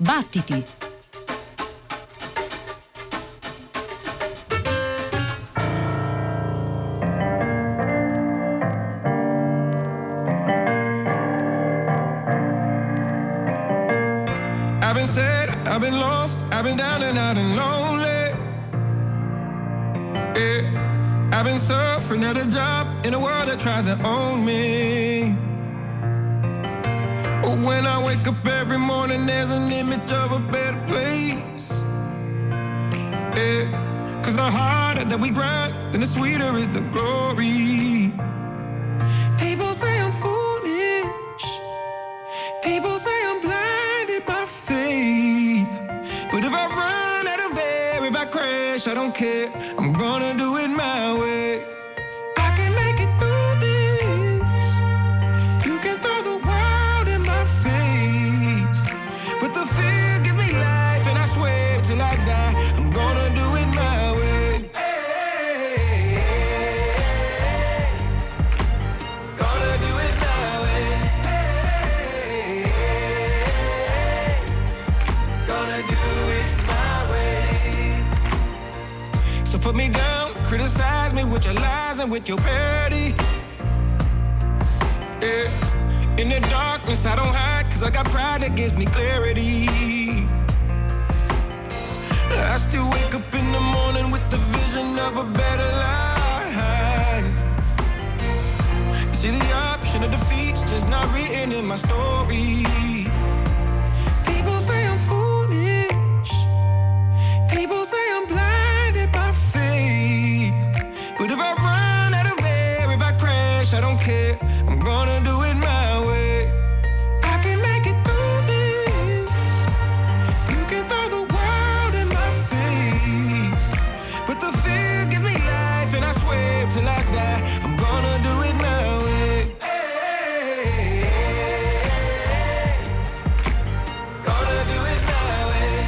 Battiti! I've been sad, I've been lost, I've been down and out and lonely. Yeah, I've been suffering at a job in a world that tries to own me. But when I wake up every morning, there's an image of a better place. Yeah, 'cause the harder that we grind, then the sweeter is the glory. People say I'm foolish. People say I'm blinded by faith. But if I run out of air, if I crash, I don't care. I'm gonna do it my way. I can make it through this. You can throw the world in my face. But the fear gives me life, and I swear till I die, I'm gonna do it my way. Hey, gonna do it my way. Gonna do it my way. So put me down, criticize me with your lies and with your parody. Yeah. In the darkness I don't hide, 'cause I got pride that gives me clarity. I still wake up in the morning with the vision of a better life. You see, the option of defeat's just not written in my story. People say I'm foolish. People say I'm blinded by faith. But if I run out of air, if I crash, I don't care. I'm gonna do it my way. I can make it through this. You can throw the world in my face. But the fear gives me life, and I swear till I die, I'm gonna do it my way. Gonna do it my way.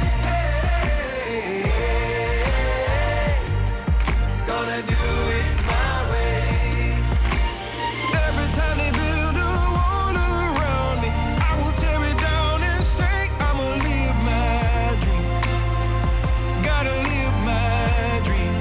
Gonna do it my way. Every time they build a wall around me, I will tear it down and say I'ma live my dream. Gotta live my dream.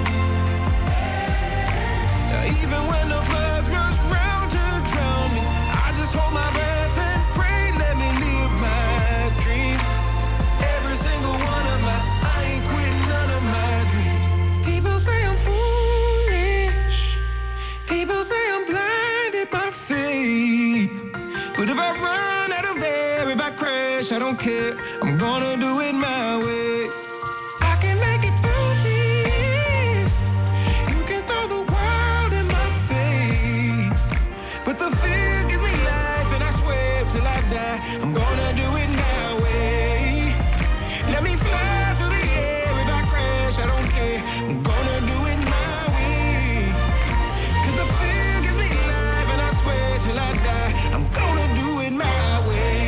Even when the floods rush round to drown me, I just hold my breath and pray, let me live my dreams. Every single one of my, I ain't quitting none of my dreams. People say I'm foolish. People say I'm blinded by faith. But if I run out of air, if I crash, I don't care. I'm gonna do it my way. I can make it through this. You can throw the world in my face. But the fear gives me life, and I swear till I die, I'm gonna do it my way. Let me fly through the air, if I crash, I don't care. I'm gonna do it my way. 'Cause the fear gives me life, and I swear till I die, I'm gonna do it my way.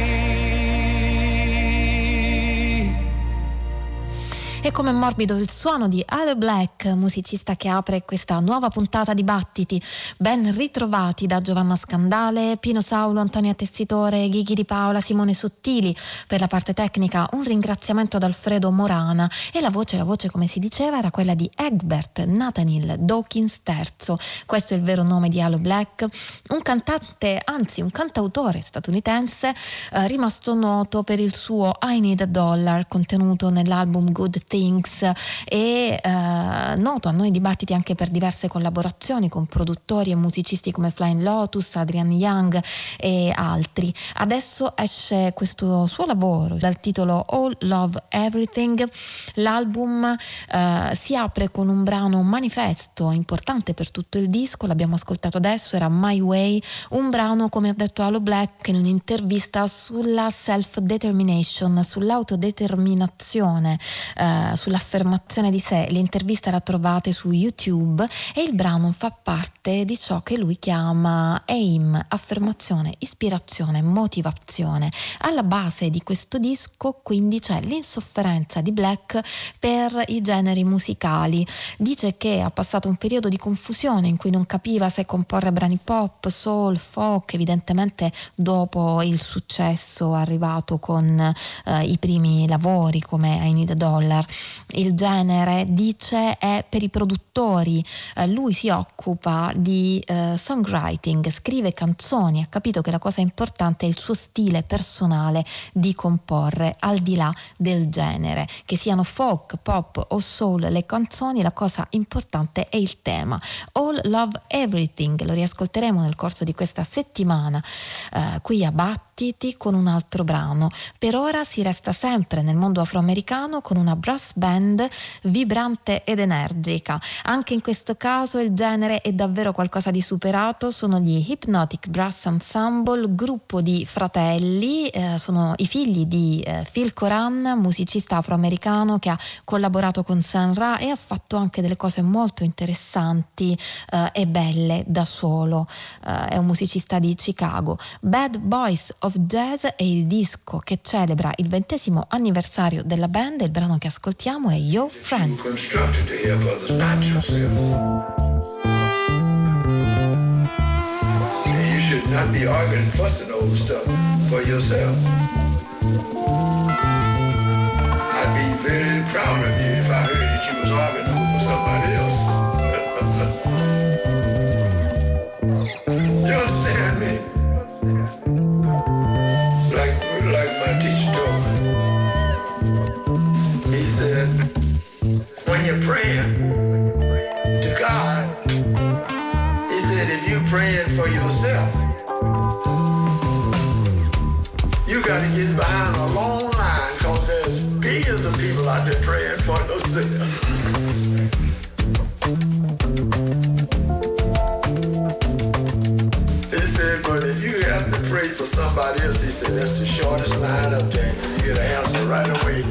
E come morbido il suono di Ale Black, musicista che apre questa nuova puntata di Battiti. Ben ritrovati da Giovanna Scandale, Pino Saulo, Antonia Tessitore, Ghighi Di Paola, Simone Sottili per la parte tecnica. Un ringraziamento ad Alfredo Morana, e la voce come si diceva era quella di Egbert Nathaniel Dawkins III. Questo è il vero nome di Ale Black, un cantante, anzi un cantautore statunitense, rimasto noto per il suo I Need a Dollar, contenuto nell'album Good Things, e noto a noi di Battiti anche per diverse collaborazioni con produttori e musicisti come Flying Lotus, Adrian Young e altri. Adesso esce questo suo lavoro dal titolo All Love Everything. L'album si apre con un brano manifesto importante per tutto il disco, l'abbiamo ascoltato adesso, era My Way, un brano, come ha detto Ale Black in un'intervista, sulla self-determination, sull'autodeterminazione sull'affermazione di sé. Le interviste la trovate su YouTube e il brano fa parte di ciò che lui chiama AIM, affermazione, ispirazione, motivazione. Alla base di questo disco quindi c'è l'insofferenza di Black per i generi musicali. Dice che ha passato un periodo di confusione in cui non capiva se comporre brani pop, soul, folk, evidentemente dopo il successo arrivato con i primi lavori come I Need a Dollar. Il genere, dice, è per i produttori. Lui si occupa di songwriting, scrive canzoni, ha capito che la cosa importante è il suo stile personale di comporre, al di là del genere, che siano folk, pop o soul le canzoni, la cosa importante è il tema. All Love Everything lo riascolteremo nel corso di questa settimana qui a Battiti con un altro brano. Per ora si resta sempre nel mondo afroamericano con una brass band vibrante ed energica. Anche in questo caso il genere è davvero qualcosa di superato. Sono gli Hypnotic Brass Ensemble, gruppo di fratelli, sono i figli di Phil Coran, musicista afroamericano che ha collaborato con Sun Ra e ha fatto anche delle cose molto interessanti e belle da solo. È un musicista di Chicago. Bad Boys of Jazz è il disco che celebra il 20° anniversario della band. Il brano che ascoltiamo è Your Friends. Constructed to help others, not yourself. And you should not be arguing and fussing over stuff for yourself. I'd be very proud of you if I heard that you was arguing over somebody else. You understand me? Like my teacher told me. He said, when you're praying to God, he said, if you're praying for yourself, you got to get behind a long line because there's billions of people out there praying for themselves. He said, but if you have to pray for somebody else, he said, that's the shortest line up there. You get an answer right away.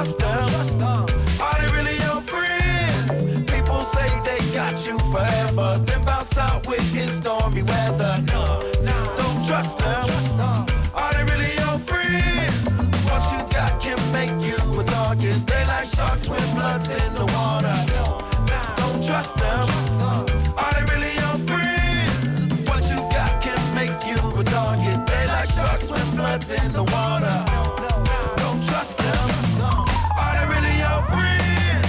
trust them? Are they really your friends? People say they got you forever, then bounce out with his stormy weather. Don't trust them. Are they really your friends? What you got can make you a target. They like sharks with bloods in the water. Don't trust them. Are they really your friends? What you got can make you a target. They like sharks with bloods in the water. Don't trust them. Are they really your friends?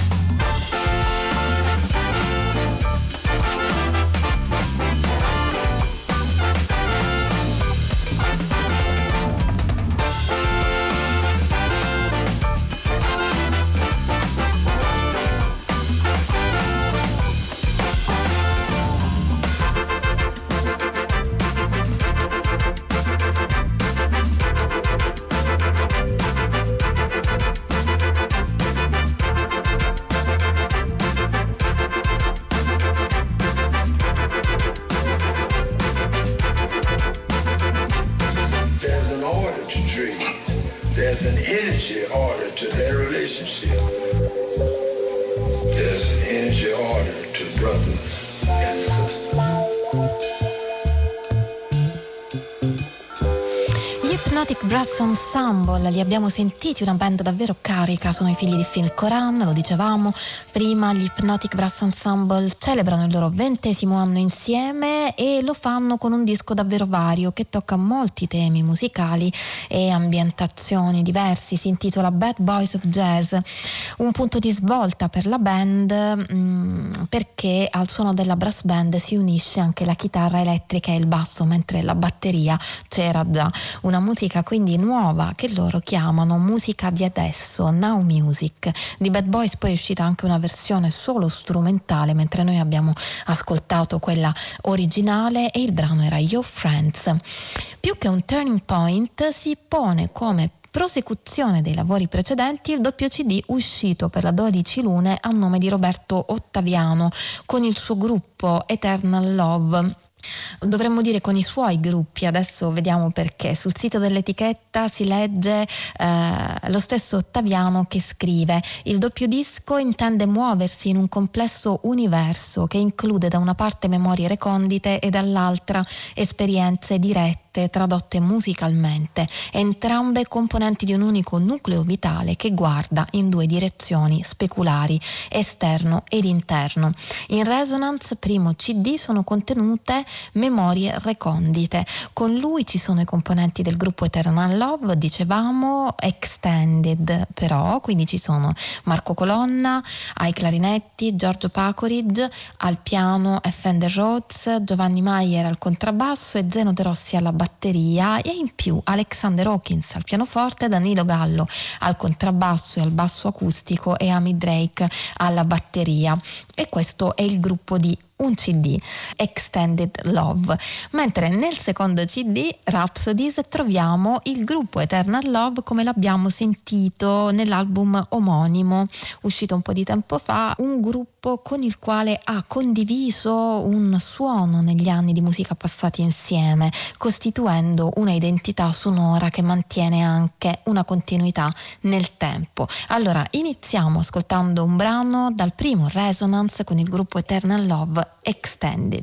There's an energy order to their relationship. There's an energy order to brothers and sisters. Hypnotic Brass Ensemble, li abbiamo sentiti, una band davvero carica, sono i figli di Phil Coran, lo dicevamo prima. Gli Hypnotic Brass Ensemble celebrano il loro 20° anno insieme e lo fanno con un disco davvero vario che tocca molti temi musicali e ambientazioni diversi. Si intitola Bad Boys of Jazz, un punto di svolta per la band perché al suono della brass band si unisce anche la chitarra elettrica e il basso, mentre la batteria c'era già. Una musica quindi nuova che loro chiamano musica di adesso, now music. Di Bad Boys poi è uscita anche una versione solo strumentale, mentre noi abbiamo ascoltato quella originale e il brano era Your Friends. Più che un turning point si pone come prosecuzione dei lavori precedenti il doppio CD uscito per la 12 Lune a nome di Roberto Ottaviano con il suo gruppo Eternal Love. Dovremmo dire con i suoi gruppi, adesso vediamo perché. Sul sito dell'etichetta si legge lo stesso Ottaviano che scrive: il doppio disco intende muoversi in un complesso universo che include da una parte memorie recondite e dall'altra esperienze dirette tradotte musicalmente, entrambe componenti di un unico nucleo vitale che guarda in due direzioni speculari, esterno ed interno. In Resonance, primo CD, sono contenute memorie recondite. Con lui ci sono i componenti del gruppo Eternal Love, dicevamo, extended però, quindi ci sono Marco Colonna ai clarinetti, Giorgio Pacoridge al piano e Fender Rhodes, Giovanni Maier al contrabbasso e Zeno De Rossi alla batteria, e in più Alexander Hawkins al pianoforte, Danilo Gallo al contrabbasso e al basso acustico e Amy Drake alla batteria. E questo è il gruppo di un CD, Extended Love. Mentre nel secondo CD, Rhapsodies, troviamo il gruppo Eternal Love come l'abbiamo sentito nell'album omonimo uscito un po' di tempo fa, un gruppo con il quale ha condiviso un suono negli anni di musica passati insieme, costituendo una identità sonora che mantiene anche una continuità nel tempo. Allora iniziamo ascoltando un brano dal primo Resonance con il gruppo Eternal Love, Extended.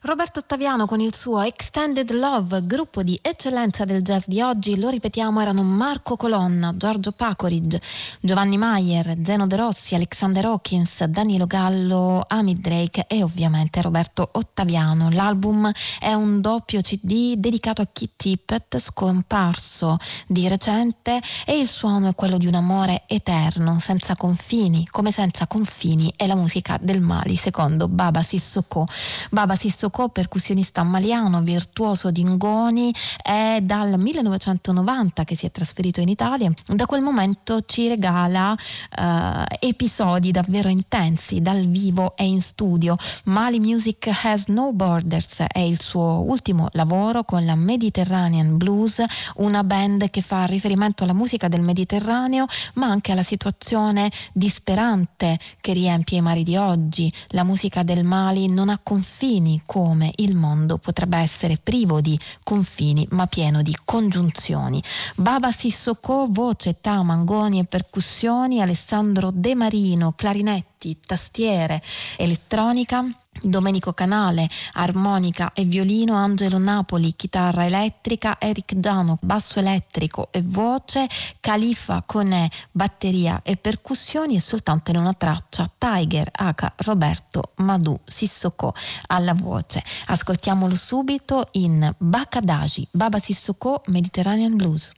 Roberto Ottaviano con il suo Extended Love, gruppo di eccellenza del jazz di oggi. Lo ripetiamo, erano Marco Colonna, Giorgio Pacorig, Giovanni Maier, Zeno De Rossi, Alexander Hawkins, Danilo Gallo, Amy Drake e ovviamente Roberto Ottaviano. L'album è un doppio CD dedicato a Keith Tippett, scomparso di recente, e il suono è quello di un amore eterno, senza confini, come senza confini è la musica del Mali, secondo Baba Sissoko. Baba Sissoko, percussionista maliano, virtuoso di ngoni, è dal 1990 che si è trasferito in Italia. Da quel momento ci regala episodi davvero intensi dal vivo e in studio. Mali Music Has No Borders è il suo ultimo lavoro con la Mediterranean Blues, una band che fa riferimento alla musica del Mediterraneo ma anche alla situazione disperante che riempie i mari di oggi. La musica del Mali non ha confini, come il mondo potrebbe essere privo di confini ma pieno di congiunzioni. Baba Sissoko, voce, tamangoni e percussioni, Alessandro De Marino, clarinetti, tastiere, elettronica, Domenico Canale, armonica e violino, Angelo Napoli, chitarra elettrica, Eric Giano, basso elettrico e voce, Khalifa Conè, batteria e percussioni, e soltanto in una traccia Tiger H. Roberto Madu Sissoko alla voce. Ascoltiamolo subito in Bakadaji, Baba Sissoko, Mediterranean Blues.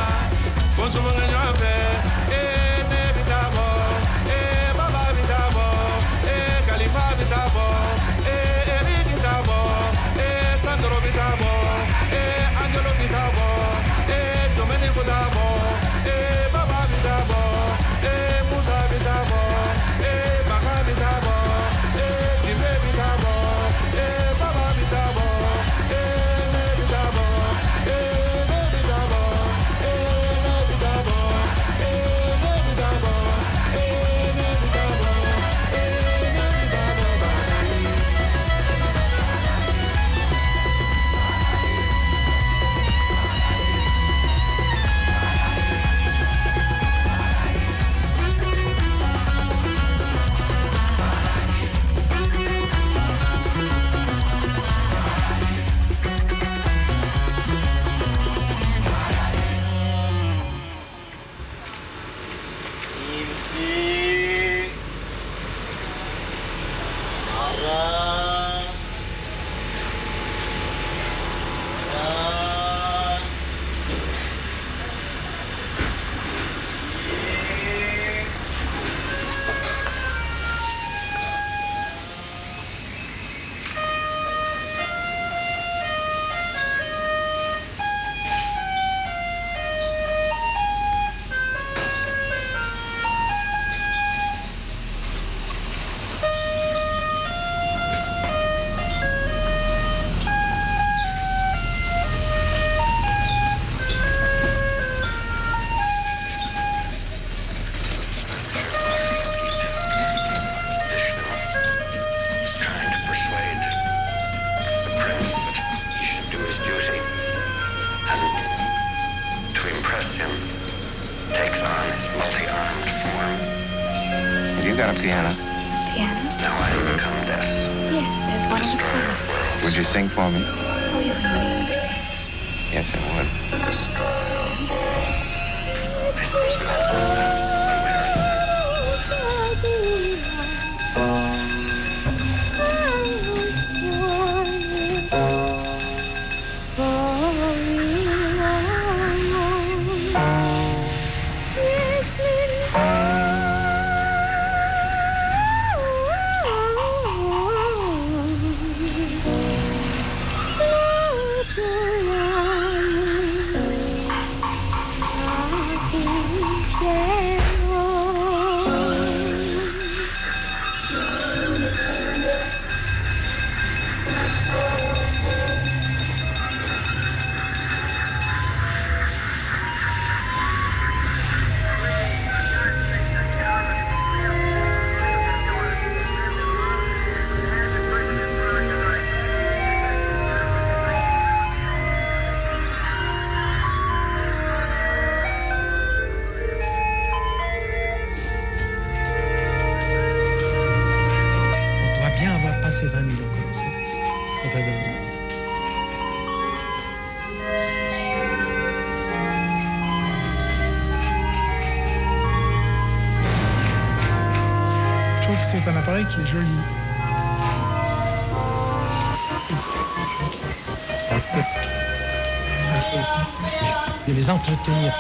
Consumo nyo fe, ne bitabo, baba bitabo. got a piano? Piano? No, I have become deaf. Yes, there's one in the corner. Would you sing for me? Oh, yes, please. Yes, I would. Passé 20 000 ans comme ça ici, à travers le monde. Je trouve que c'est un appareil qui est joli. De les entretenir.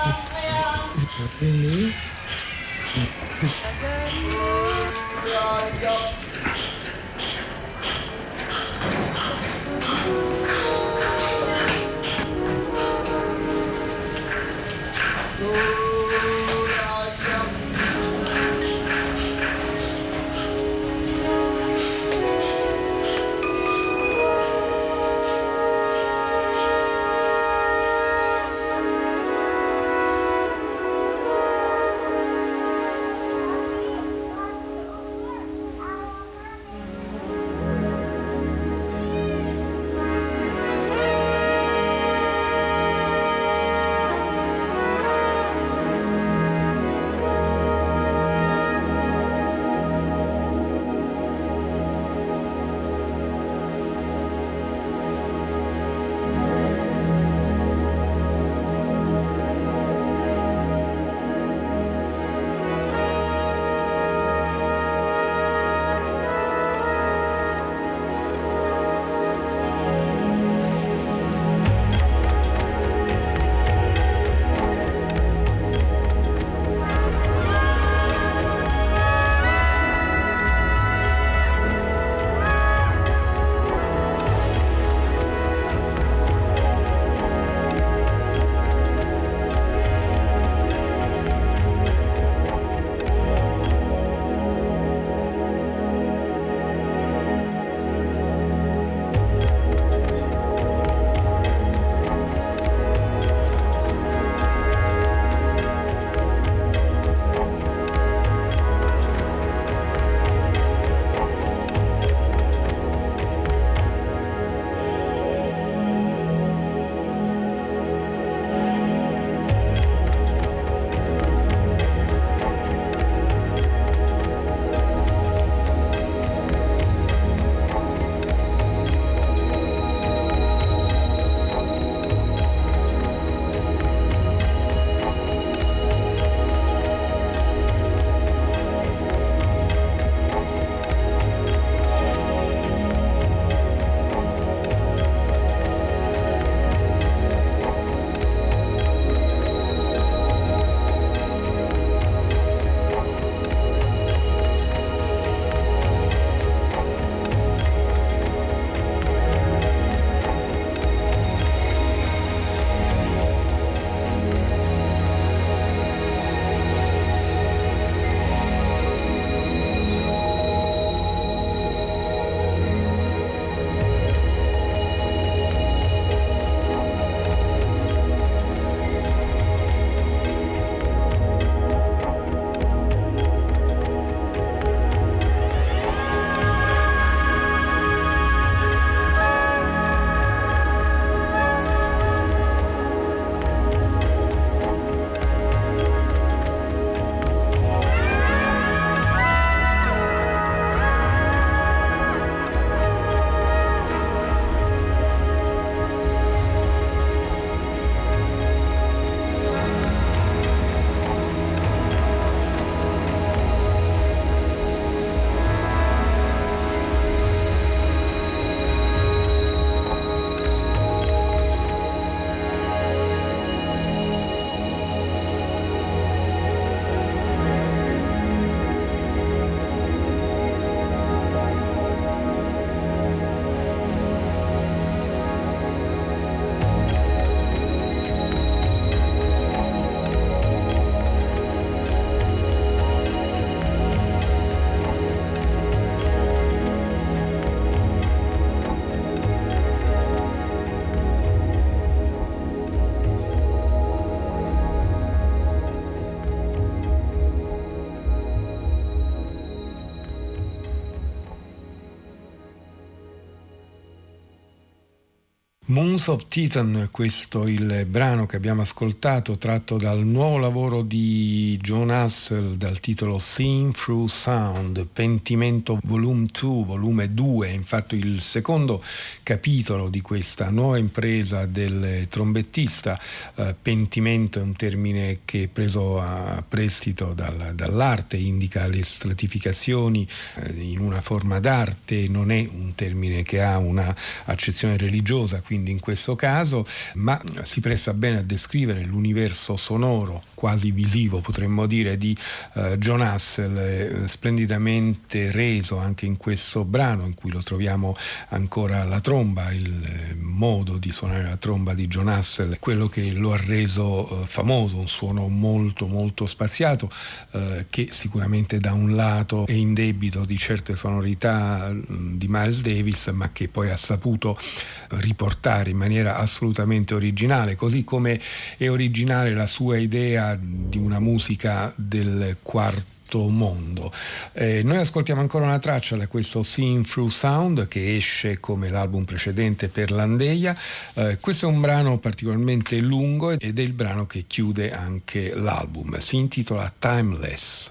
Moons of Titan, questo il brano che abbiamo ascoltato, tratto dal nuovo lavoro di Jon Hassell dal titolo Seeing Through Sound, Pentimento Volume 2, volume 2, infatti il secondo capitolo di questa nuova impresa del trombettista. Pentimento è un termine che preso a prestito dall'arte, indica le stratificazioni in una forma d'arte, non è un termine che ha una accezione religiosa, quindi in questo caso, ma si presta bene a descrivere l'universo sonoro, quasi visivo potremmo dire, di Jon Hassell, splendidamente reso anche in questo brano, in cui lo troviamo ancora la tromba, il modo di suonare la tromba di Jon Hassell, quello che lo ha reso famoso, un suono molto molto spaziato, che sicuramente da un lato è indebito di certe sonorità di Miles Davis, ma che poi ha saputo riportare in maniera assolutamente originale, così come è originale la sua idea di una musica del quarto mondo. Noi ascoltiamo ancora una traccia da questo Seeing Through Sound, che esce come l'album precedente per Landeia. Questo è un brano particolarmente lungo ed è il brano che chiude anche l'album. Si intitola Timeless.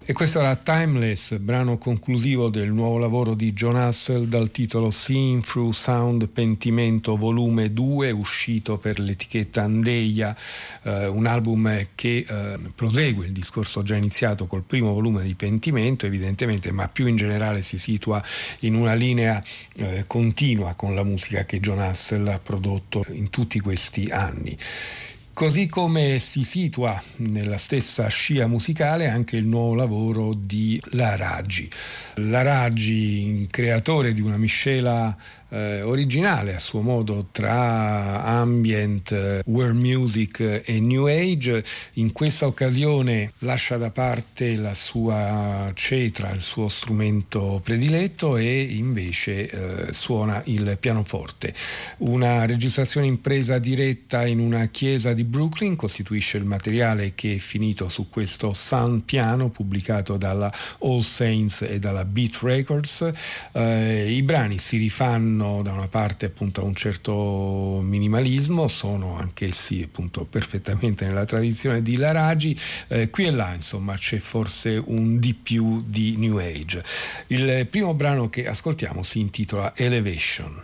E questo era Timeless, brano conclusivo del nuovo lavoro di Jon Hassell dal titolo Seeing Through Sound Pentimento volume 2, uscito per l'etichetta Andeia, un album che prosegue il discorso già iniziato col primo volume di Pentimento evidentemente, ma più in generale si situa in una linea continua con la musica che Jon Hassell ha prodotto in tutti questi anni. Così come si situa nella stessa scia musicale anche il nuovo lavoro di Laragi. Laragi, creatore di una miscela originale a suo modo tra ambient, world music e new age, in questa occasione lascia da parte la sua cetra, il suo strumento prediletto, e invece suona il pianoforte. Una registrazione in presa diretta in una chiesa di Brooklyn costituisce il materiale che è finito su questo Sound Piano pubblicato dalla All Saints e dalla Beat Records. I brani si rifanno da una parte appunto a un certo minimalismo, sono anch'essi appunto perfettamente nella tradizione di Laragi, qui e là insomma c'è forse un di più di New Age. Il primo brano che ascoltiamo si intitola Elevation.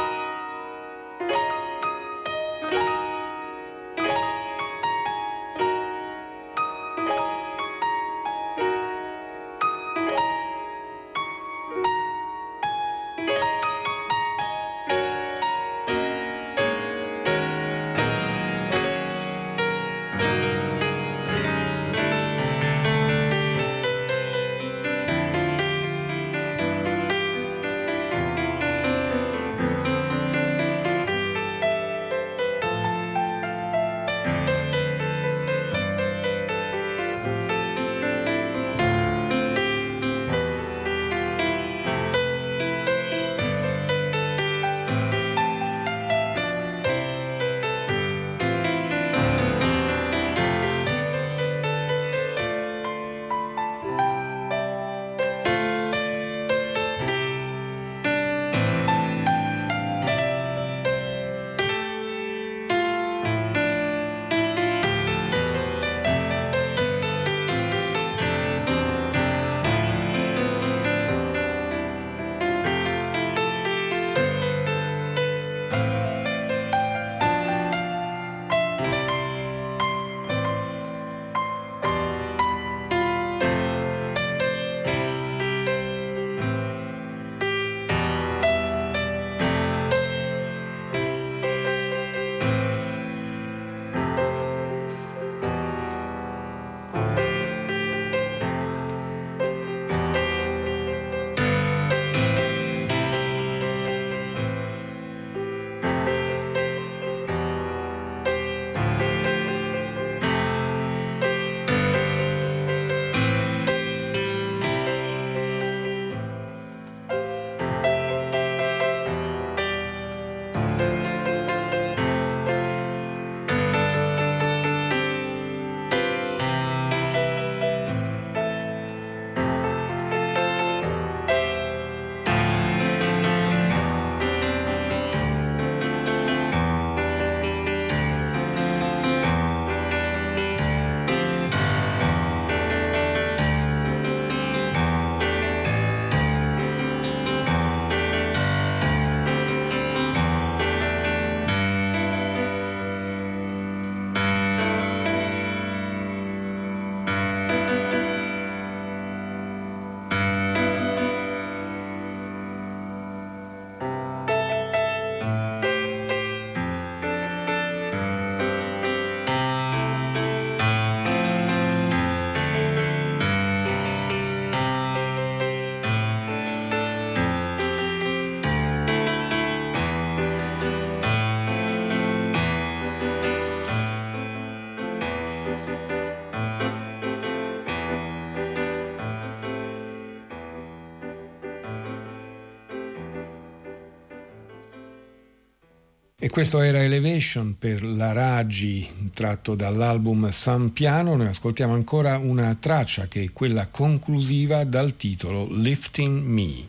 E questo era Elevation per Laragi, tratto dall'album Sound Piano. Noi ascoltiamo ancora una traccia che è quella conclusiva dal titolo Lifting Me.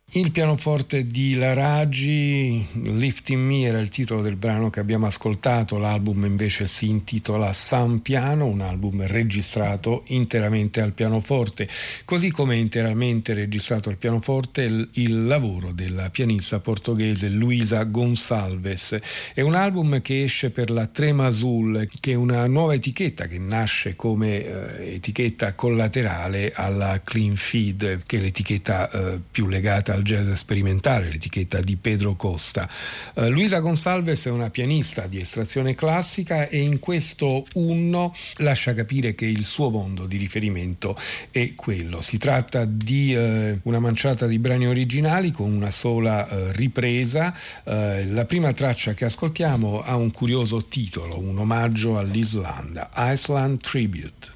Il pianoforte di Laragi, Lifting Me era il titolo del brano che abbiamo ascoltato, l'album invece si intitola San Piano, un album registrato interamente al pianoforte, così come interamente registrato al pianoforte il lavoro della pianista portoghese Luisa Gonçalves. È un album che esce per la Trema Azul, che è una nuova etichetta che nasce come etichetta collaterale alla Clean Feed, che è l'etichetta più legata al jazz sperimentale, l'etichetta di Pedro Costa. Luisa Gonçalves è una pianista di estrazione classica e in questo unno lascia capire che il suo mondo di riferimento è quello. Si tratta di una manciata di brani originali con una sola ripresa. La prima traccia che ascoltiamo ha un curioso titolo, un omaggio all'Islanda, Iceland Tribute.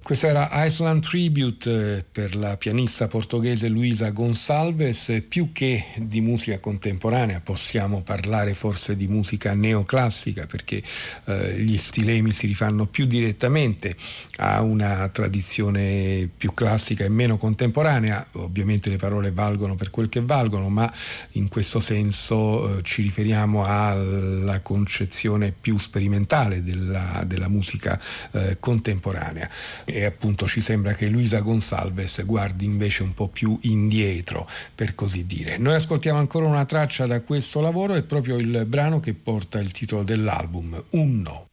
Questo era Iceland Tribute per la pianista portoghese Luísa Gonçalves. Più che di musica contemporanea possiamo parlare forse di musica neoclassica, perché gli stilemi si rifanno più direttamente a una tradizione più classica e meno contemporanea. Ovviamente le parole valgono per quel che valgono, ma in questo senso ci riferiamo alla concezione più sperimentale della musica contemporanea. E appunto ci sembra che Luísa Gonçalves guardi invece un po' più indietro, per così dire. Noi ascoltiamo ancora una traccia da questo lavoro, è proprio il brano che porta il titolo dell'album, Un no.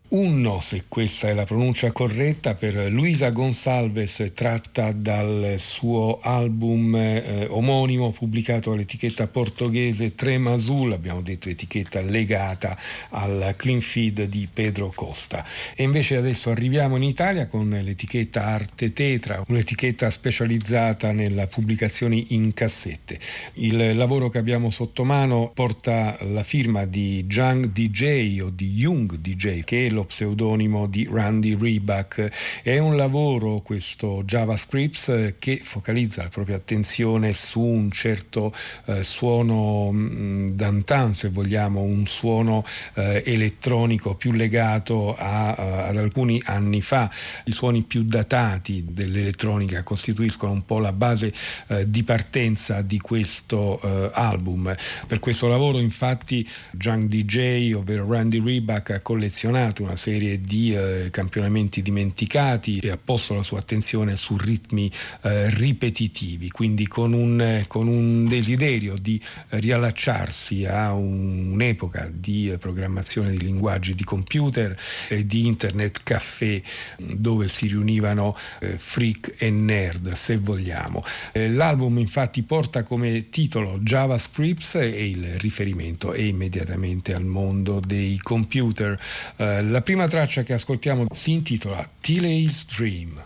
Uno, se questa è la pronuncia corretta, per Luisa Gonçalves, tratta dal suo album omonimo pubblicato all'etichetta portoghese Trema Azul, abbiamo detto etichetta legata al clean feed di Pedro Costa. E invece adesso arriviamo in Italia con l'etichetta Arte Tetra, un'etichetta specializzata nella pubblicazione in cassette. Il lavoro che abbiamo sotto mano porta la firma di Young DJ o di Young DJ, che è lo pseudonimo di Randy Reback. È un lavoro, questo JavaScript, che focalizza la propria attenzione su un certo suono d'antan, se vogliamo, un suono elettronico più legato ad alcuni anni fa. I suoni più datati dell'elettronica costituiscono un po' la base di partenza di questo album. Per questo lavoro infatti Young DJ, ovvero Randy Reback, ha collezionato una serie di campionamenti dimenticati e ha posto la sua attenzione su ritmi ripetitivi, quindi con un desiderio di riallacciarsi a un'epoca di programmazione di linguaggi di computer e di internet caffè, dove si riunivano freak e nerd, se vogliamo. L'album infatti porta come titolo JavaScript e il riferimento è immediatamente al mondo dei computer. La prima traccia che ascoltiamo si intitola Tilly's Dream.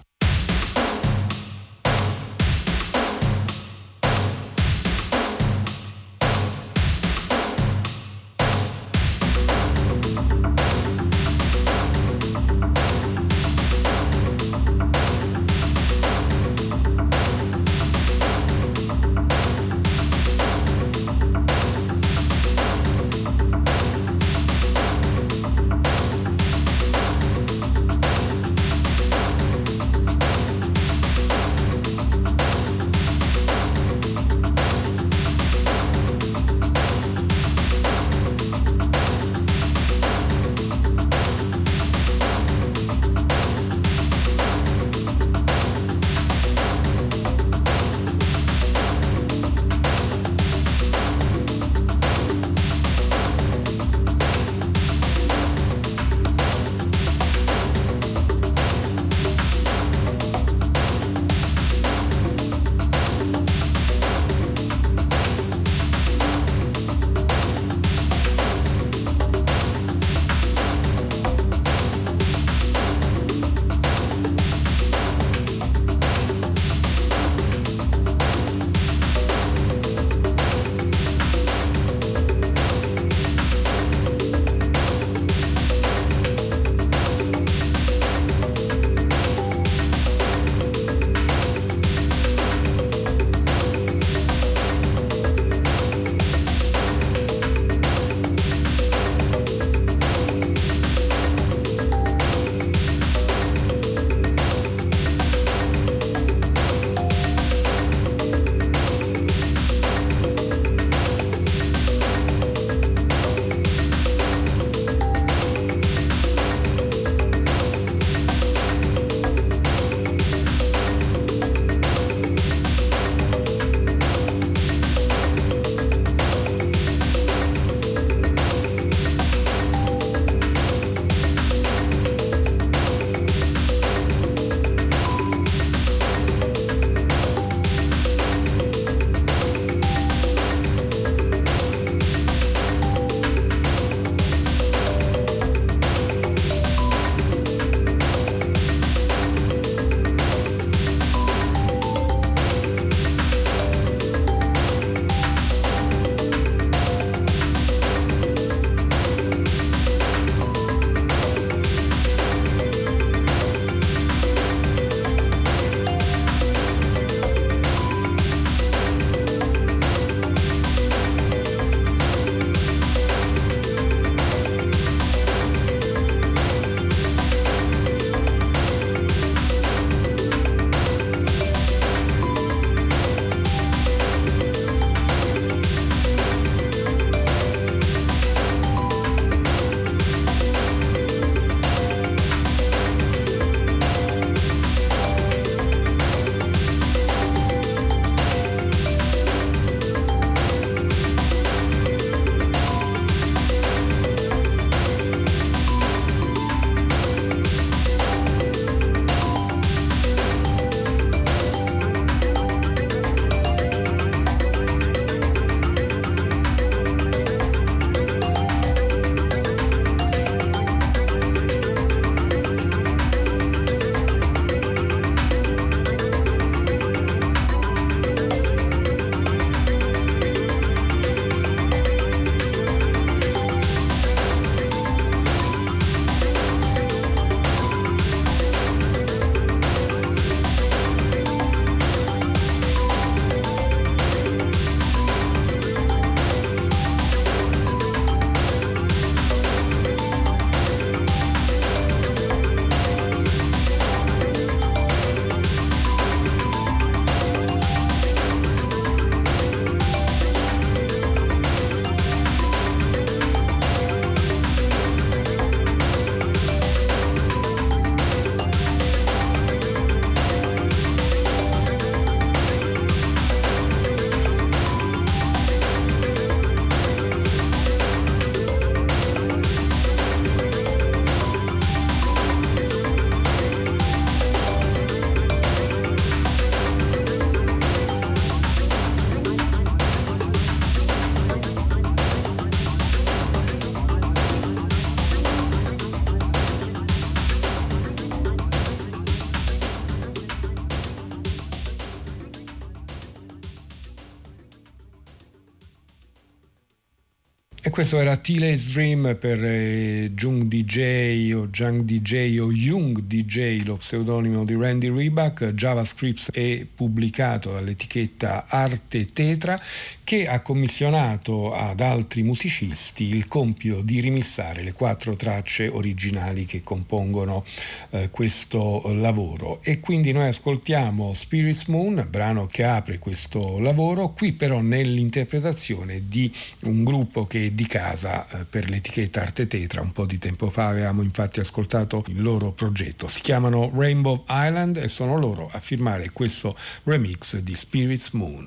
E questo era Teenage Dream per Jung DJ o Young DJ, lo pseudonimo di Randy Reback. JavaScript è pubblicato dall'etichetta Arte Tetra, che ha commissionato ad altri musicisti il compito di rimissare le 4 tracce originali che compongono questo lavoro. E quindi noi ascoltiamo Spirits Moon, brano che apre questo lavoro, qui però nell'interpretazione di un gruppo che è di casa per l'etichetta Arte Tetra. Un po' di tempo fa avevamo infatti ascoltato il loro progetto, si chiamano Rainbow Island e sono loro a firmare questo remix di Spirits Moon.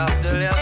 delle altre